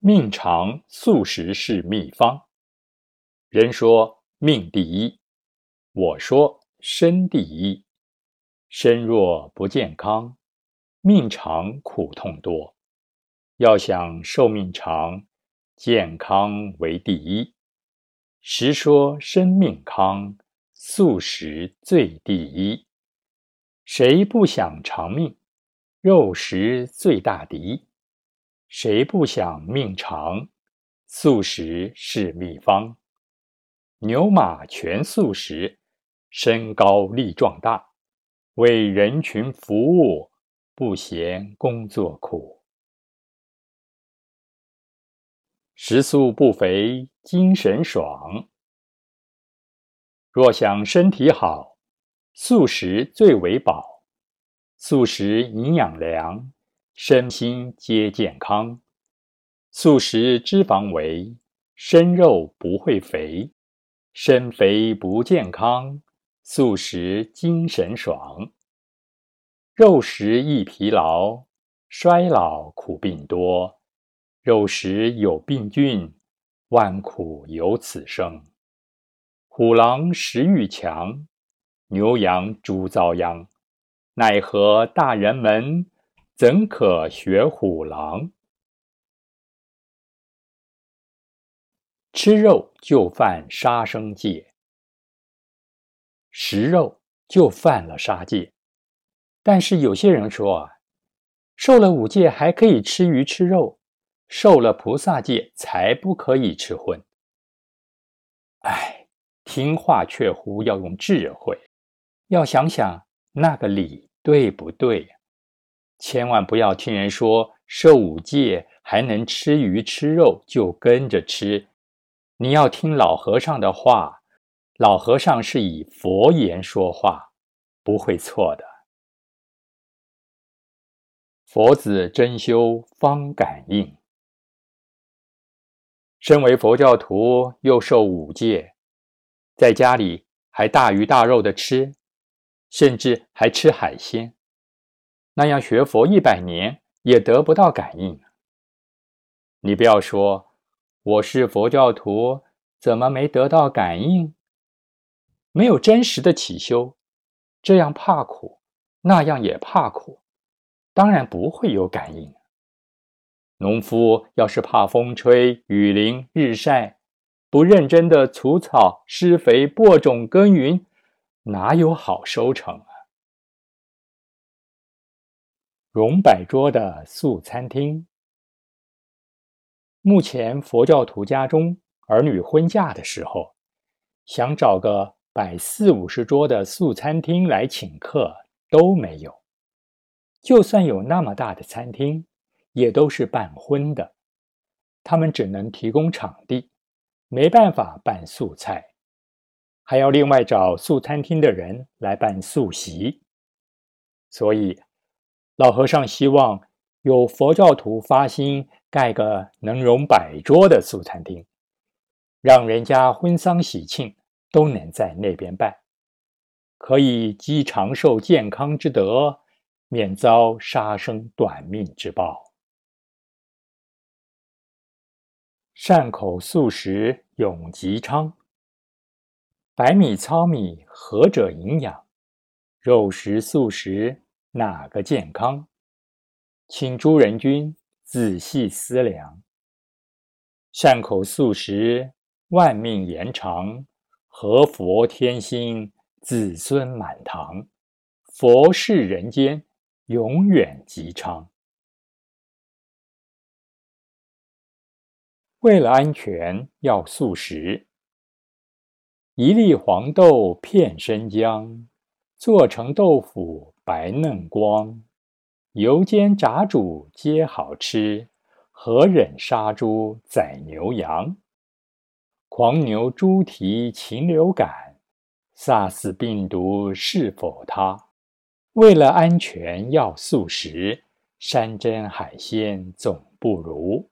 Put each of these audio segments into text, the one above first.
命长素食是秘方。人说命第一，我说身第一。身若不健康，命长苦痛多。要想寿命长，健康为第一。实说生命康，素食最第一。谁不想长命？肉食最大敌。谁不想命长？素食是秘方。牛马全素食，身高力壮大，为人群服务，不嫌工作苦。食素不肥，精神爽。若想身体好，素食最为宝。素食营养良，身心皆健康。素食脂肪微，身肉不会肥。身肥不健康，素食精神爽。肉食易疲劳，衰老苦病多。肉食有病菌，万苦由此生。虎狼食欲强，牛羊猪遭殃。奈何大人们，怎可学虎狼？吃肉就犯杀生戒，食肉就犯了杀戒。但是有些人说受了五戒还可以吃鱼吃肉，受了菩萨戒才不可以吃荤。听话却乎要用智慧，要想想那个理对不对呀？千万不要听人说受五戒还能吃鱼吃肉就跟着吃。你要听老和尚的话，老和尚是以佛言说话，不会错的。佛子真修方感应。身为佛教徒又受五戒，在家里还大鱼大肉的吃，甚至还吃海鲜，那样学佛100年也得不到感应。你不要说我是佛教徒，怎么没得到感应？没有真实的起修，这样怕苦，那样也怕苦，当然不会有感应。农夫要是怕风吹雨淋日晒，不认真的除草施肥播种耕耘，哪有好收成啊？容摆桌的素餐厅。目前佛教徒家中儿女婚嫁的时候，想找个摆40-50桌的素餐厅来请客都没有。就算有那么大的餐厅，也都是办婚的，他们只能提供场地，没办法办素菜，还要另外找素餐厅的人来办素席。所以老和尚希望有佛教徒发心盖个能容100桌的素餐厅，让人家婚丧喜庆都能在那边办，可以积长寿健康之德，免遭杀生短命之报。善口素食永吉昌。白米糙米何者营养？肉食素食哪个健康？请诸人君仔细思量。善口素食，万命延长，和佛天心，子孙满堂。佛世人间，永远吉昌。为了安全，要素食。一粒黄豆片生姜，做成豆腐白嫩光。油煎炸煮皆好吃，何忍杀猪宰牛羊？狂牛猪蹄禽流感，SARS 病毒是否它？为了安全要素食，山珍海鲜总不如。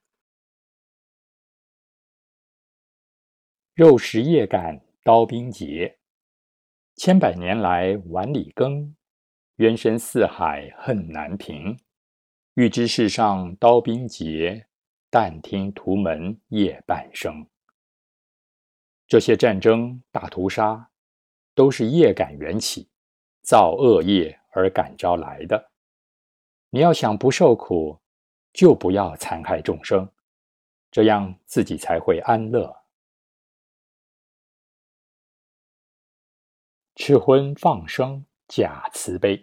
肉食夜感刀兵劫。千百年来碗里羹，冤声四海恨难平。欲知世上刀兵劫， 但听屠门夜半声。这些战争大屠杀都是业感缘起，造恶业而感召来的。你要想不受苦，就不要残害众生，这样自己才会安乐。吃荤放生假慈悲。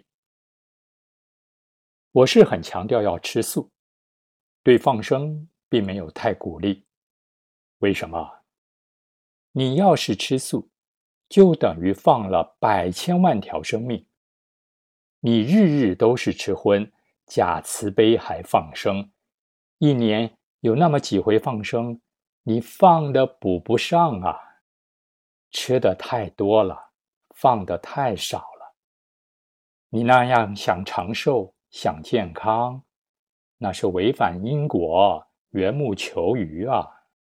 我是很强调要吃素，对放生并没有太鼓励。为什么？你要是吃素，就等于放了百千万条生命。你日日都是吃荤，假慈悲还放生，一年有那么几回放生，你放的补不上啊。吃的太多了，放的太少了。你那样想长寿，想健康，那是违反因果，缘木求鱼啊。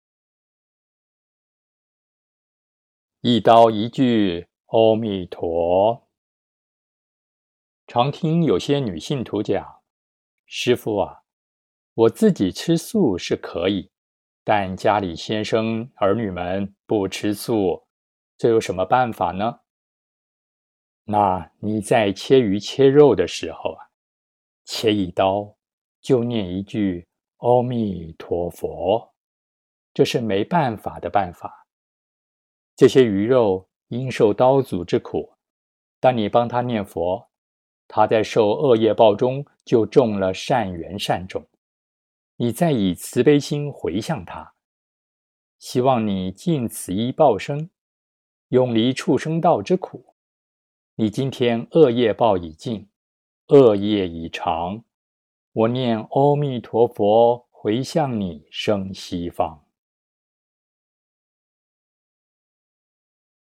一刀一句阿弥陀。常听有些女信徒讲，师父啊，我自己吃素是可以，但家里先生儿女们不吃素，这有什么办法呢？那你在切鱼切肉的时候啊，切一刀就念一句阿弥陀佛，这是没办法的办法。这些鱼肉因受刀俎之苦，当你帮他念佛，他在受恶业报中就种了善缘善种，你再以慈悲心回向他，希望你尽此一报身，永离畜生道之苦。你今天恶业报已尽，恶业已偿，我念阿弥陀佛回向你生西方。